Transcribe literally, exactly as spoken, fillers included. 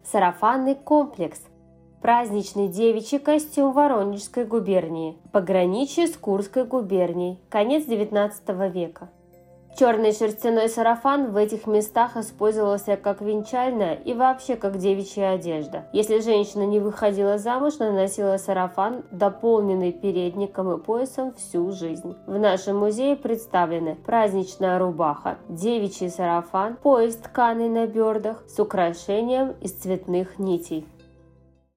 Сарафанный комплекс. Праздничный девичий костюм Воронежской губернии. Пограничье с Курской губернией. Конец девятнадцатого века. Черный шерстяной сарафан в этих местах использовался как венчальная и вообще как девичья одежда. Если женщина не выходила замуж, она носила сарафан, дополненный передником и поясом всю жизнь. В нашем музее представлены праздничная рубаха, девичий сарафан, пояс тканый на бердах с украшением из цветных нитей.